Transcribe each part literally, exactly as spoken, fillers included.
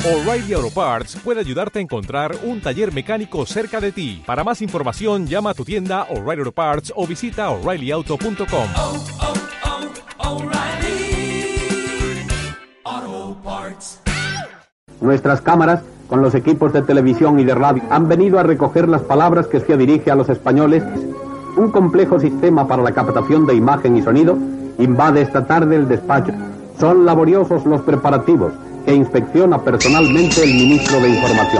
O'Reilly Auto Parts puede ayudarte a encontrar un taller mecánico cerca de ti. Para más información, llama a tu tienda O'Reilly Auto Parts o visita O'Reilly Auto punto com. Oh, oh, oh, O'Reilly Auto Parts. Nuestras cámaras, con los equipos de televisión y de radio, han venido a recoger las palabras que se dirige a los españoles. Un complejo sistema para la captación de imagen y sonido invade esta tarde el despacho. Son laboriosos los preparativos que inspecciona personalmente el ministro de Información.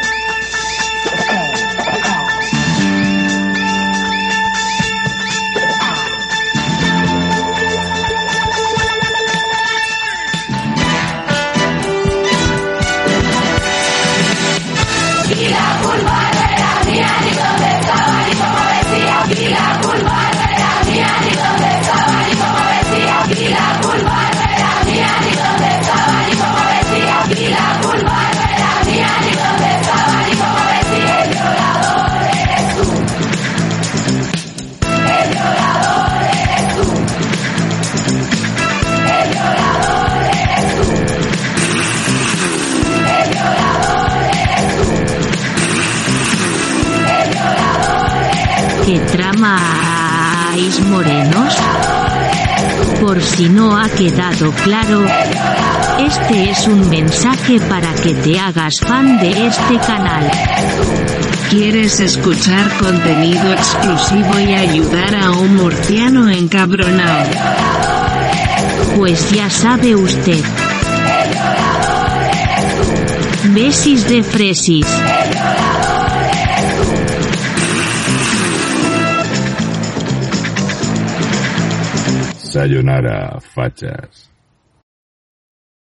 Y la culpa no era mía, ni dónde estaba, ni como decía. Y la culpa no era mía, ni dónde estaba, ni como decía. Y la culpa no era mía, ni dónde estaba, ni como decía. Y la culpa no era mía, ni dónde estaba, ni como decía. El violador eres tú. El violador eres tú. El violador eres tú. El violador eres tú. El violador eres tú. ¿Qué tramáis, morenos? Por si no ha quedado claro, este es un mensaje para que te hagas fan de este canal. ¿Quieres escuchar contenido exclusivo y ayudar a un murciano encabronado? Pues ya sabe usted. Besis de fresis. Sayonara, fachas.